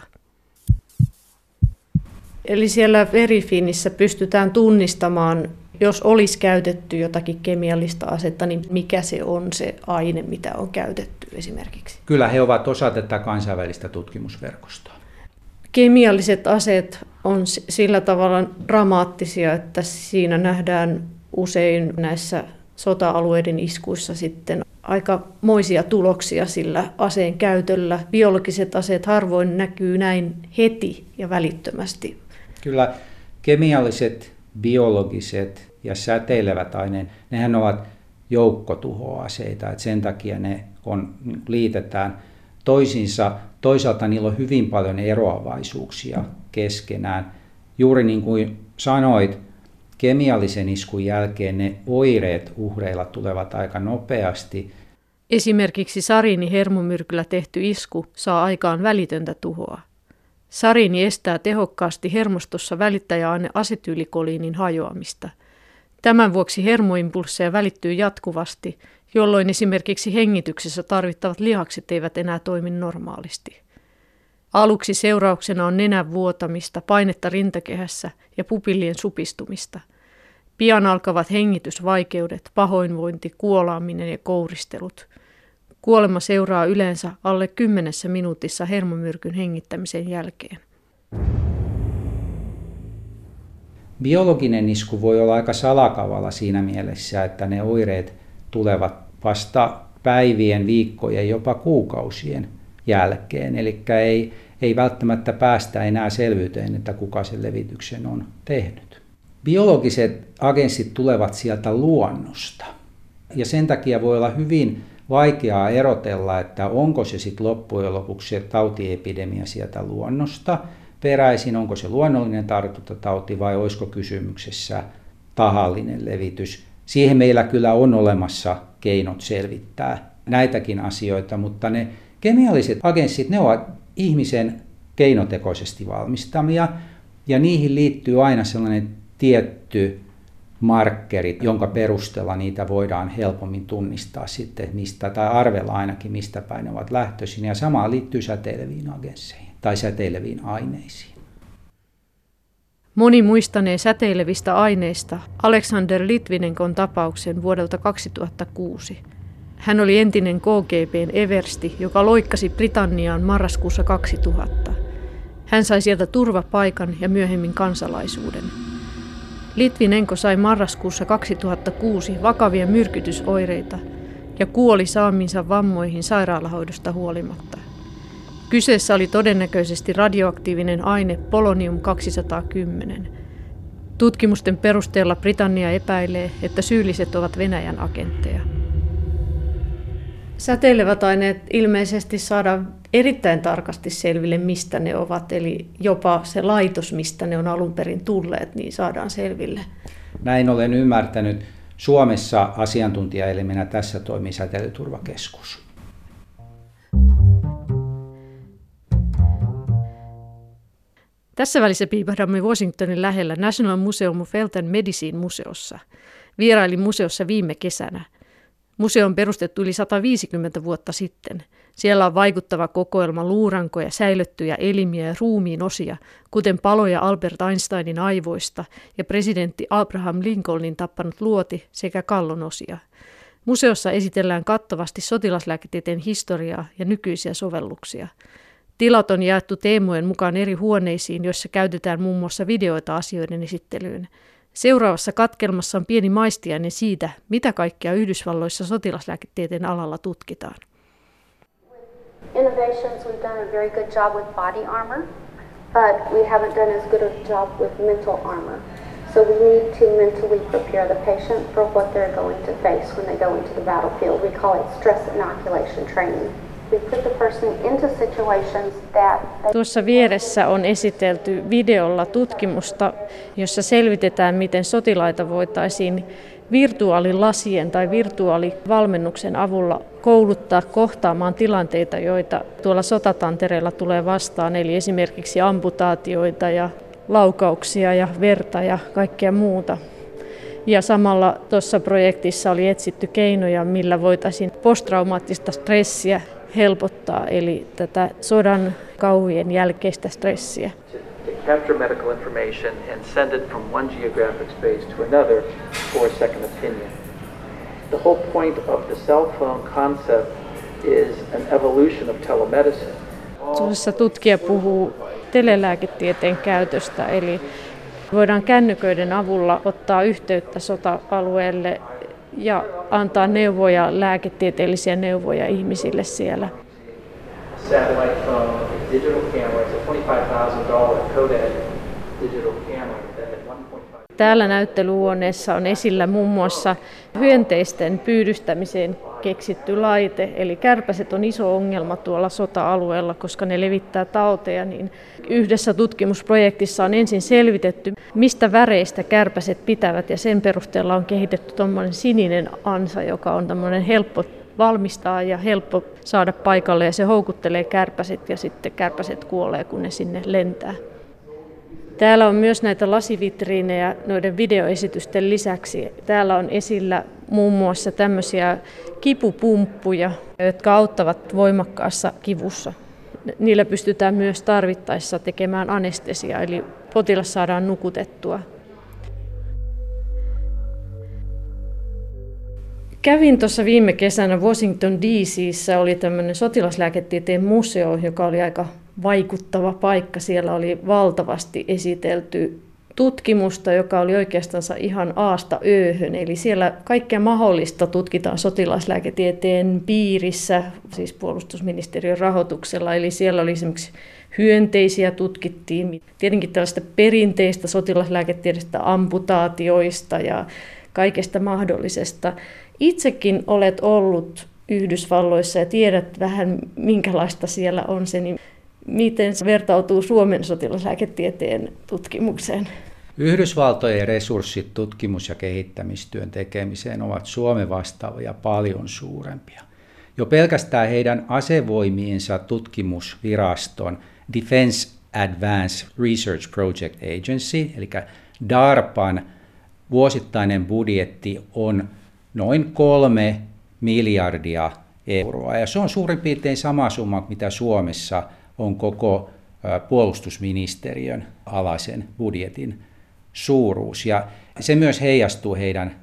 Eli siellä Verifinissä pystytään tunnistamaan, jos olisi käytetty jotakin kemiallista asetta, niin mikä se on se aine, mitä on käytetty esimerkiksi? Kyllä he ovat osa tätä kansainvälistä tutkimusverkostoa. Kemialliset aseet on sillä tavalla dramaattisia, että siinä nähdään usein näissä sota-alueiden iskuissa sitten aikamoisia tuloksia sillä aseen käytöllä. Biologiset aseet harvoin näkyy näin heti ja välittömästi. Kyllä kemialliset, biologiset ja säteilevät aineet, nehän ovat joukkotuhoaseita, että sen takia ne on, liitetään toisiinsa. Toisaalta niillä on hyvin paljon eroavaisuuksia keskenään. Juuri niin kuin sanoit, kemiallisen iskun jälkeen ne oireet uhreilla tulevat aika nopeasti. Esimerkiksi sariinihermomyrkyllä tehty isku saa aikaan välitöntä tuhoa. Sariini estää tehokkaasti hermostossa välittäjäaine asetyylikoliinin hajoamista. Tämän vuoksi hermoimpulsseja välittyy jatkuvasti, jolloin esimerkiksi hengityksessä tarvittavat lihakset eivät enää toimi normaalisti. Aluksi seurauksena on nenän vuotamista, painetta rintakehässä ja pupillien supistumista. Pian alkavat hengitysvaikeudet, pahoinvointi, kuolaaminen ja kouristelut. Kuolema seuraa yleensä alle kymmenessä minuutissa hermomyrkyn hengittämisen jälkeen. Biologinen isku voi olla aika salakavalla siinä mielessä, että ne oireet tulevat vasta päivien, viikkojen, jopa kuukausien jälkeen. Eli ei, ei välttämättä päästä enää selvyyteen, että kuka sen levityksen on tehnyt. Biologiset agenssit tulevat sieltä luonnosta. Ja sen takia voi olla hyvin vaikeaa erotella, että onko se sitten loppujen lopuksi se tautiepidemia sieltä luonnosta peräisin, onko se luonnollinen tartuntatauti vai olisiko kysymyksessä tahallinen levitys. Siihen meillä kyllä on olemassa keinot selvittää näitäkin asioita, mutta ne kemialliset agenssit, ne ovat ihmisen keinotekoisesti valmistamia ja niihin liittyy aina sellainen tietty markkeri, jonka perusteella niitä voidaan helpommin tunnistaa sitten, mistä, tai arvella ainakin, mistä päin ne ovat lähtöisin. Ja sama liittyy säteileviin agensseihin tai säteileviin aineisiin. Moni muistanee säteilevistä aineista Alexander Litvinenkon tapauksen vuodelta kaksituhattakuusi. Hän oli entinen K G B:n eversti, joka loikkasi Britanniaan marraskuussa kaksituhatta. Hän sai sieltä turvapaikan ja myöhemmin kansalaisuuden. Litvinenko sai marraskuussa kaksituhattakuusi vakavia myrkytysoireita ja kuoli saaminsa vammoihin sairaalahoidosta huolimatta. Kyseessä oli todennäköisesti radioaktiivinen aine polonium kaksisataakymmenen. Tutkimusten perusteella Britannia epäilee, että syylliset ovat Venäjän agentteja. Säteilevät aineet ilmeisesti saadaan erittäin tarkasti selville, mistä ne ovat, eli jopa se laitos, mistä ne on alun perin tulleet, niin saadaan selville. Näin olen ymmärtänyt. Suomessa asiantuntijaelimenä tässä toimii Säteilyturvakeskus. Tässä välissä piipahdamme Washingtonin lähellä National Museum of Health and Medicine museossa. Vierailin museossa viime kesänä. Museo on perustettu yli sata viisikymmentä vuotta sitten. Siellä on vaikuttava kokoelma luurankoja, säilöttyjä elimiä ja ruumiin osia, kuten paloja Albert Einsteinin aivoista ja presidentti Abraham Lincolnin tappanut luoti sekä kallon osia. Museossa esitellään kattavasti sotilaslääketieteen historiaa ja nykyisiä sovelluksia. Tilat on jaettu teemojen mukaan eri huoneisiin, joissa käytetään muun muassa videoita asioiden esittelyyn. Seuraavassa katkelmassa on pieni maistiainen siitä, mitä kaikkea Yhdysvalloissa sotilaslääketieteen alalla tutkitaan. Innovations, we've done a very good job with body armor, but we haven't done as good a job with mental armor. So we need to mentally prepare the patient for what they're going to face when they go into the battlefield. We call it stress inoculation training. We put the person into situations that they... Tuossa vieressä on esitelty videolla tutkimusta, jossa selvitetään, miten sotilaita voitaisiin virtuaalilasien tai virtuaalivalmennuksen avulla kouluttaa kohtaamaan tilanteita, joita tuolla sotatantereilla tulee vastaan, eli esimerkiksi amputaatioita ja laukauksia ja verta ja kaikkea muuta. Ja samalla tuossa projektissa oli etsitty keinoja, millä voitaisiin posttraumaattista stressiä helpottaa, eli tätä sodan kauhujen jälkeistä stressiä. Capture medical information and send it from one geographic space to another for a second opinion. The whole point of the cell phone concept is an evolution of telemedicine. Tuossa tutkija puhuu telelääketieteen käytöstä, eli voidaan kännyköiden avulla ottaa yhteyttä sota-alueelle ja antaa neuvoja, lääketieteellisiä neuvoja ihmisille siellä. Satellite phone, digital camera, it's a twenty-five thousand dollars Kodak digital camera that had one point five Täällä näyttelyhuoneessa on esillä muun muassa hyönteisten pyydystämiseen keksitty laite, eli kärpäset on iso ongelma tuolla sota-alueella, koska ne levittää tauteja. Niin yhdessä tutkimusprojektissa on ensin selvitetty, mistä väreistä kärpäset pitävät, ja sen perusteella on kehitetty tuommoinen sininen ansa, joka on tämmöinen helppo valmistaa ja helppo saada paikalle, ja se houkuttelee kärpäset, ja sitten kärpäset kuolee, kun ne sinne lentää. Täällä on myös näitä lasivitriinejä noiden videoesitysten lisäksi. Täällä on esillä muun muassa tämmöisiä kipupumppuja, jotka auttavat voimakkaassa kivussa. Niillä pystytään myös tarvittaessa tekemään anestesiaa, eli potilas saadaan nukutettua. Kävin tuossa viime kesänä Washington D C:ssä, oli tämmöinen sotilaslääketieteen museo, joka oli aika vaikuttava paikka. Siellä oli valtavasti esitelty tutkimusta, joka oli oikeastaan ihan aasta ööhön. Eli siellä kaikkea mahdollista tutkitaan sotilaslääketieteen piirissä, siis puolustusministeriön rahoituksella. Eli siellä oli esimerkiksi hyönteisiä tutkittiin, tietenkin tällaista perinteistä sotilaslääketieteestä, amputaatioista ja kaikesta mahdollisesta. Itsekin olet ollut Yhdysvalloissa ja tiedät vähän, minkälaista siellä on se, niin miten se vertautuu Suomen sotilaslääketieteen tutkimukseen? Yhdysvaltojen resurssit tutkimus- ja kehittämistyön tekemiseen ovat Suomen vastaavia paljon suurempia. Jo pelkästään heidän asevoimiensa tutkimusviraston Defense Advanced Research Project Agency, eli DARPAn vuosittainen budjetti on noin kolme miljardia euroa, ja se on suurin piirtein sama summa, mitä Suomessa on koko puolustusministeriön alaisen budjetin suuruus, ja se myös heijastuu heidän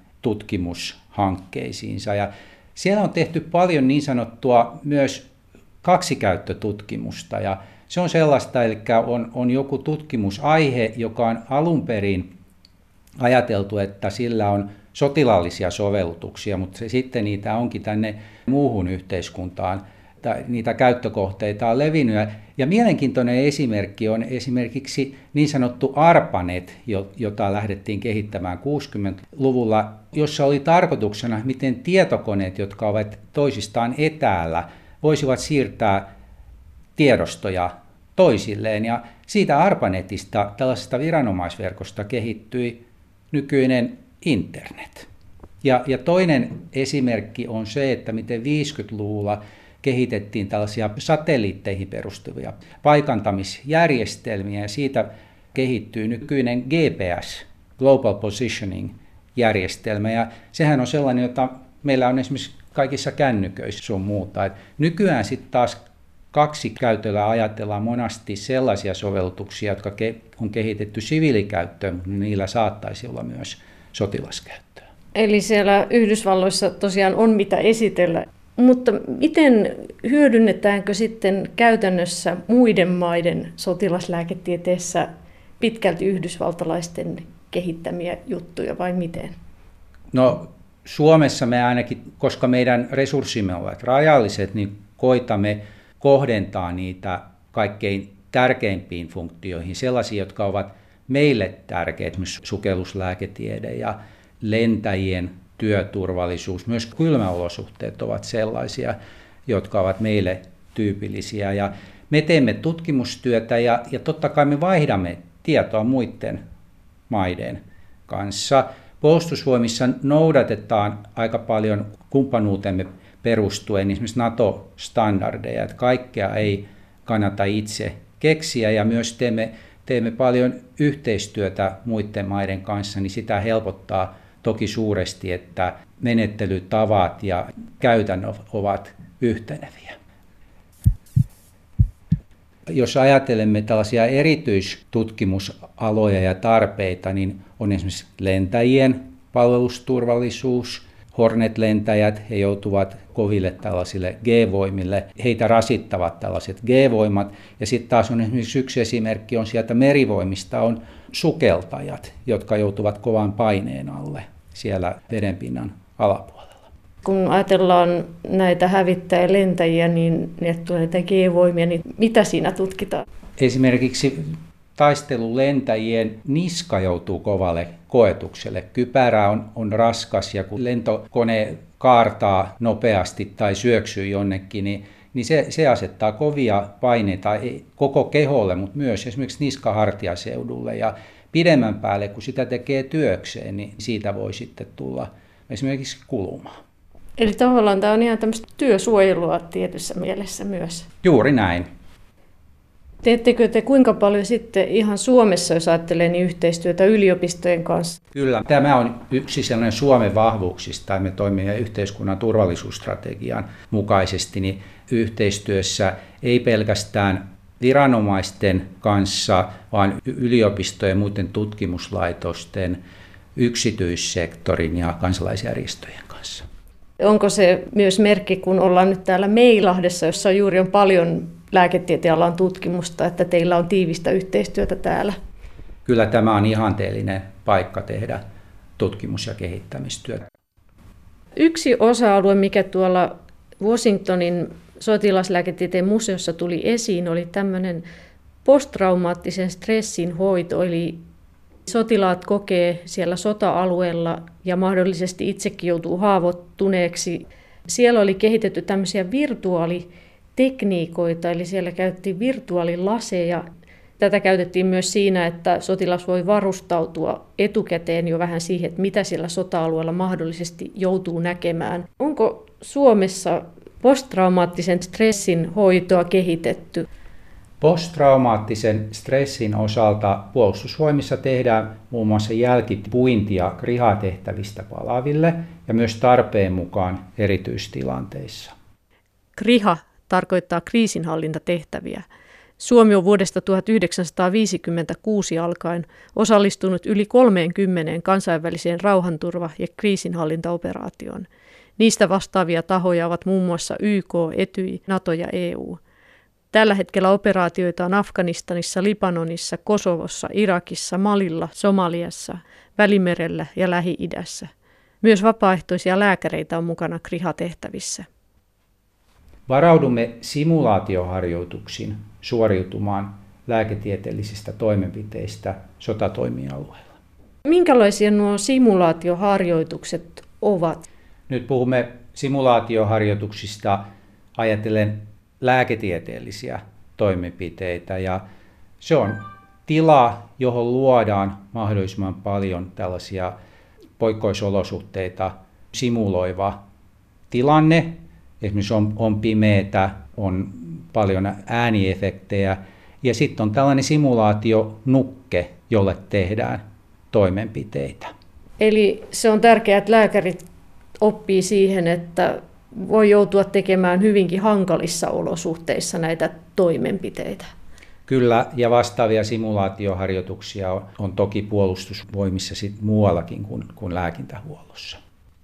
tutkimushankkeisiinsa. Ja siellä on tehty paljon niin sanottua myös kaksikäyttötutkimusta, ja se on sellaista, eli on, on joku tutkimusaihe, joka on alun perin ajateltu, että sillä on sotilaallisia sovellutuksia, mutta se, sitten niitä onkin tänne muuhun yhteiskuntaan, niitä käyttökohteita on levinnyt. Ja mielenkiintoinen esimerkki on esimerkiksi niin sanottu ARPANET, jota lähdettiin kehittämään kuusikymmentäluvulla, jossa oli tarkoituksena, miten tietokoneet, jotka ovat toisistaan etäällä, voisivat siirtää tiedostoja toisilleen. Ja siitä ARPANETista, tällaisesta viranomaisverkosta, kehittyi nykyinen internet. Ja, ja toinen esimerkki on se, että miten viisikymmentäluvulla kehitettiin tällaisia satelliitteihin perustuvia paikantamisjärjestelmiä, ja siitä kehittyy nykyinen G P S, Global Positioning-järjestelmä, ja sehän on sellainen, jota meillä on esimerkiksi kaikissa kännyköissä sun muuta. Et nykyään sitten taas kaksi käytöllä ajatellaan monasti sellaisia sovellutuksia, jotka on kehitetty siviilikäyttöön, mutta niillä saattaisi olla myös sotilaskäyttöä. Eli siellä Yhdysvalloissa tosiaan on mitä esitellä, mutta miten hyödynnetäänkö sitten käytännössä muiden maiden sotilaslääketieteessä pitkälti yhdysvaltalaisten kehittämiä juttuja vai miten? No Suomessa me ainakin, koska meidän resurssimme ovat rajalliset, niin koitamme kohdentaa niitä kaikkein tärkeimpiin funktioihin, sellaisiin, jotka ovat meille tärkeitä, myös sukelluslääketiede ja lentäjien työturvallisuus, myös kylmäolosuhteet ovat sellaisia, jotka ovat meille tyypillisiä. Ja me teemme tutkimustyötä ja, ja totta kai me vaihdamme tietoa muiden maiden kanssa. Puolustusvoimissa noudatetaan aika paljon kumppanuutemme perustuen esimerkiksi NATO-standardeja, että kaikkea ei kannata itse keksiä, ja myös teemme, teemme paljon yhteistyötä muiden maiden kanssa, niin sitä helpottaa toki suuresti, että menettelytavat ja käytännöt ovat yhteneviä. Jos ajattelemme tällaisia erityistutkimusaloja ja tarpeita, niin on esimerkiksi lentäjien palvelusturvallisuus. Hornet-lentäjät, he joutuvat koville tällaisille G-voimille, heitä rasittavat tällaiset G-voimat. Ja sitten taas on esimerkiksi yksi esimerkki on sieltä merivoimista on sukeltajat, jotka joutuvat kovan paineen alle siellä vedenpinnan alapuolella. Kun ajatellaan näitä hävittäjälentäjiä, niin ne tulee näitä G-voimia, niin mitä siinä tutkitaan? Esimerkiksi taistelulentäjien niska joutuu kovalle koetukselle. Kypärä on, on raskas ja kun lentokone kaartaa nopeasti tai syöksyy jonnekin, niin, niin se, se asettaa kovia paineita ei koko keholle, mutta myös esimerkiksi niskahartiaseudulle. Ja pidemmän päälle, kun sitä tekee työkseen, niin siitä voi sitten tulla esimerkiksi kulumaan. Eli tavallaan tämä on ihan tämmöistä työsuojelua tietyssä mielessä myös. Juuri näin. Teettekö te kuinka paljon sitten ihan Suomessa, jos ajattelee, niin yhteistyötä yliopistojen kanssa? Kyllä, tämä on yksi sellainen Suomen vahvuuksista. Me toimimme yhteiskunnan turvallisuusstrategian mukaisesti niin yhteistyössä ei pelkästään viranomaisten kanssa, vaan yliopistojen ja muiden tutkimuslaitosten, yksityissektorin ja kansalaisjärjestöjen kanssa. Onko se myös merkki, kun ollaan nyt täällä Meilahdessa, jossa juuri on paljon lääketieteen alan tutkimusta, että teillä on tiivistä yhteistyötä täällä? Kyllä tämä on ihanteellinen paikka tehdä tutkimus- ja kehittämistyötä. Yksi osa-alue, mikä tuolla Washingtonin sotilaslääketieteen museossa tuli esiin, oli tämmöinen posttraumaattisen stressin hoito, eli sotilaat kokee siellä sota-alueella ja mahdollisesti itsekin joutuu haavoittuneeksi. Siellä oli kehitetty tämmöisiä virtuaalitekniikoita, eli siellä käytettiin virtuaalilaseja. Tätä käytettiin myös siinä, että sotilas voi varustautua etukäteen jo vähän siihen, että mitä siellä sota-alueella mahdollisesti joutuu näkemään. Onko Suomessa posttraumaattisen stressin hoitoa kehitetty? Posttraumaattisen stressin osalta Puolustusvoimissa tehdään muun muassa jälkipuintia kriha-tehtävistä palaaville ja myös tarpeen mukaan erityistilanteissa. Kriha tarkoittaa kriisinhallintatehtäviä. Suomi on vuodesta tuhatyhdeksänsataaviisikymmentäkuusi alkaen osallistunut yli kolmeenkymmeneen kansainväliseen rauhanturva- ja kriisinhallintaoperaatioon. Niistä vastaavia tahoja ovat muun muassa Y K, Etyj, NATO ja E U. Tällä hetkellä operaatioita on Afganistanissa, Libanonissa, Kosovossa, Irakissa, Malilla, Somaliassa, Välimerellä ja Lähi-idässä. Myös vapaaehtoisia lääkäreitä on mukana kriha-tehtävissä. Varaudumme simulaatioharjoituksin suoriutumaan lääketieteellisistä toimenpiteistä sotatoimialueella. Minkälaisia nuo simulaatioharjoitukset ovat? Nyt puhumme simulaatioharjoituksista ajatellen lääketieteellisiä toimenpiteitä ja se on tila, johon luodaan mahdollisimman paljon tällaisia poikkeusolosuhteita simuloiva tilanne. Esimerkiksi on, on pimeätä, on paljon ääniefektejä ja sitten on tällainen simulaationukke, jolle tehdään toimenpiteitä. Eli se on tärkeää, että lääkärit oppii siihen, että voi joutua tekemään hyvinkin hankalissa olosuhteissa näitä toimenpiteitä. Kyllä, ja vastaavia simulaatioharjoituksia on, on toki puolustusvoimissa sit muuallakin kuin, kuin lääkintähuollossa.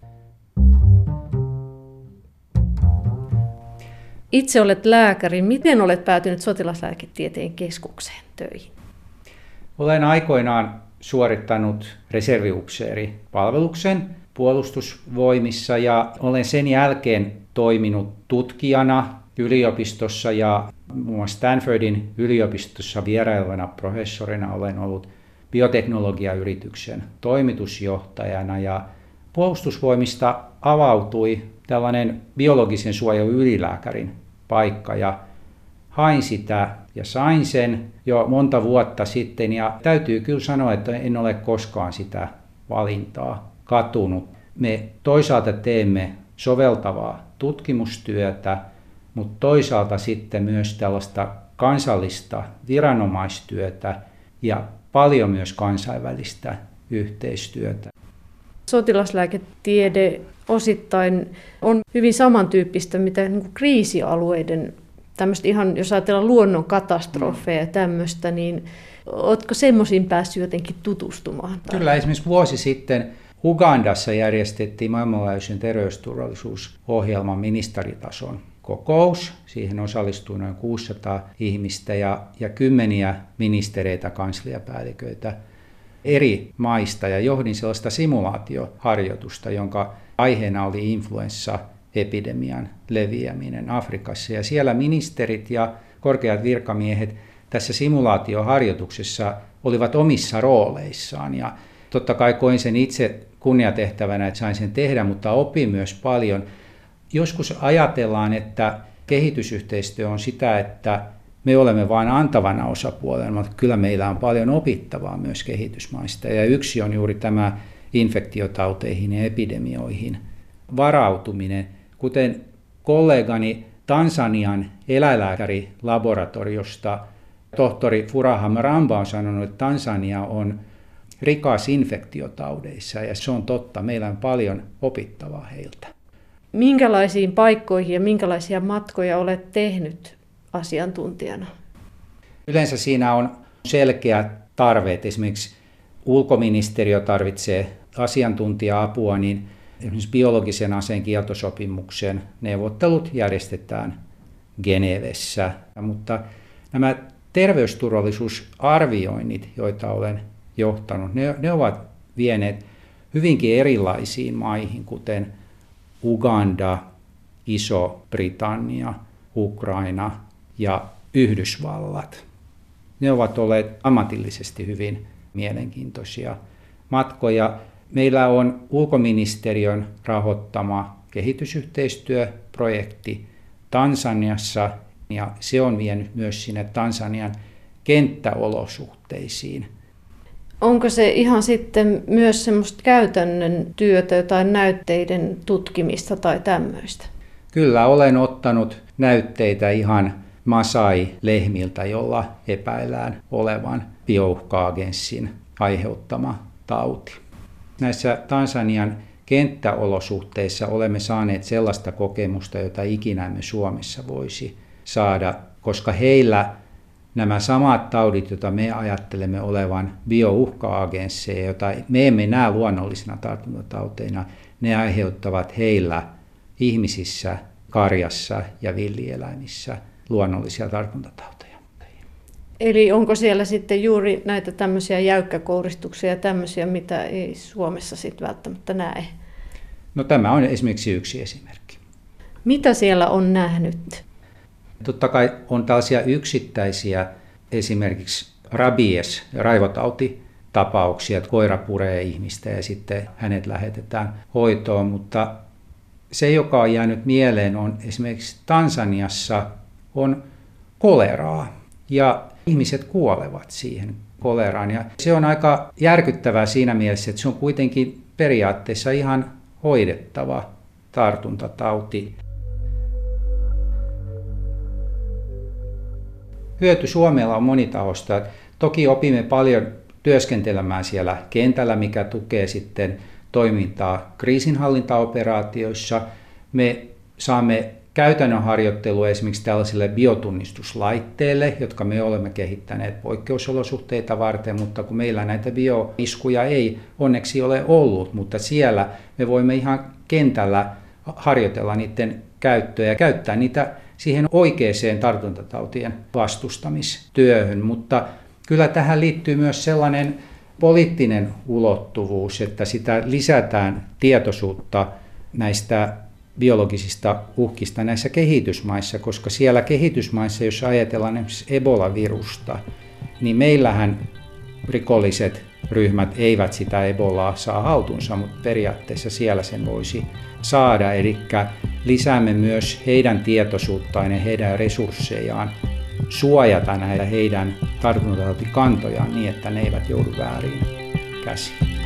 Itse olet lääkäri. Miten olet päätynyt sotilaslääketieteen keskukseen töihin? Olen aikoinaan suorittanut reserviupseeripalveluksen puolustusvoimissa ja olen sen jälkeen toiminut tutkijana yliopistossa ja muun muassa Stanfordin yliopistossa vierailevana professorina olen ollut bioteknologiayrityksen toimitusjohtajana ja puolustusvoimista avautui tällainen biologisen suojelun ylilääkärin paikka ja hain sitä ja sain sen jo monta vuotta sitten ja täytyy kyllä sanoa, että en ole koskaan sitä valintaa katunut. Me toisaalta teemme soveltavaa tutkimustyötä, mutta toisaalta sitten myös tällaista kansallista viranomaistyötä ja paljon myös kansainvälistä yhteistyötä. Sotilaslääketiede osittain on hyvin samantyyppistä, mitä niin kuin kriisialueiden, tämmöistä ihan, jos ajatellaan luonnon katastrofeja ja tämmöistä, niin oletko semmoisiin päässyt jotenkin tutustumaan? Kyllä, esimerkiksi vuosi sitten Ugandassa järjestettiin maailmanlaajuisen terveysturvallisuusohjelman ministeritason kokous. Siihen osallistui noin kuusisataa ihmistä ja, ja kymmeniä ministereitä, kansliapäälliköitä eri maista ja johdin sellaista simulaatioharjoitusta, jonka aiheena oli influenssaepidemian leviäminen Afrikassa. Ja siellä ministerit ja korkeat virkamiehet tässä simulaatioharjoituksessa olivat omissa rooleissaan. Ja totta kai koin sen itse kunniatehtävänä, että sain sen tehdä, mutta opin myös paljon. Joskus ajatellaan, että kehitysyhteistyö on sitä, että me olemme vain antavana osapuolena, mutta kyllä meillä on paljon opittavaa myös kehitysmaista. Ja yksi on juuri tämä infektiotauteihin ja epidemioihin varautuminen. Kuten kollegani Tansanian eläinlääkärilaboratoriosta tohtori Furaha Mramba on sanonut, että Tansania on rikas infektiotaudeissa, ja se on totta. Meillä on paljon opittavaa heiltä. Minkälaisiin paikkoihin ja minkälaisia matkoja olet tehnyt asiantuntijana? Yleensä siinä on selkeä tarve, että esimerkiksi ulkoministeriö tarvitsee asiantuntija-apua, niin esimerkiksi biologisen aseen kieltosopimuksen neuvottelut järjestetään Genevessä, mutta nämä terveysturvallisuusarvioinnit, joita olen johtanut, ne, ne ovat vieneet hyvinkin erilaisiin maihin, kuten Uganda, Iso-Britannia, Ukraina ja Yhdysvallat. Ne ovat olleet ammatillisesti hyvin mielenkiintoisia matkoja. Meillä on ulkoministeriön rahoittama kehitysyhteistyöprojekti Tansaniassa, ja se on vienyt myös sinne Tansanian kenttäolosuhteisiin. Onko se ihan sitten myös semmoista käytännön työtä, jotain näytteiden tutkimista tai tämmöistä? Kyllä, olen ottanut näytteitä ihan Masai-lehmiltä, jolla epäillään olevan biouhka-agenssin aiheuttama tauti. Näissä Tansanian kenttäolosuhteissa olemme saaneet sellaista kokemusta, jota ikinä emme Suomessa voisi saada, koska heillä nämä samat taudit, joita me ajattelemme olevan biouhka-agensseja, joita me emme näe luonnollisina tartuntatauteina, ne aiheuttavat heillä ihmisissä, karjassa ja villieläimissä luonnollisia tartuntatauteja. Eli onko siellä sitten juuri näitä tämmöisiä jäykkäkouristuksia ja tämmöisiä, mitä ei Suomessa sitten välttämättä näe? No tämä on esimerkiksi yksi esimerkki. Mitä siellä on nähnyt? Totta kai on tällaisia yksittäisiä esimerkiksi rabies, raivotautitapauksia, että koira puree ihmistä ja sitten hänet lähetetään hoitoon, mutta se, joka on jäänyt mieleen, on esimerkiksi Tansaniassa on koleraa ja ihmiset kuolevat siihen koleraan. Ja se on aika järkyttävää siinä mielessä, että se on kuitenkin periaatteessa ihan hoidettava tartuntatauti. Hyöty Suomella on monitahoista. Toki opimme paljon työskentelemään siellä kentällä, mikä tukee sitten toimintaa kriisinhallintaoperaatioissa. Me saamme käytännön harjoittelua esimerkiksi tällaisille biotunnistuslaitteille, jotka me olemme kehittäneet poikkeusolosuhteita varten, mutta kun meillä näitä bioiskuja ei onneksi ole ollut, mutta siellä me voimme ihan kentällä harjoitella niiden käyttöä ja käyttää niitä siihen oikeaan tartuntatautien vastustamistyöhön, mutta kyllä tähän liittyy myös sellainen poliittinen ulottuvuus, että sitä lisätään tietoisuutta näistä biologisista uhkista näissä kehitysmaissa, koska siellä kehitysmaissa, jos ajatellaan esimerkiksi Ebola-virusta, niin meillähän rikolliset ryhmät eivät sitä Ebolaa saa haltuunsa, mutta periaatteessa siellä sen voisi saada. Eli lisäämme myös heidän tietoisuuttaan ja heidän resurssejaan suojata näitä heidän tartuntatautikantojaan niin, että ne eivät joudu väärin käsiin.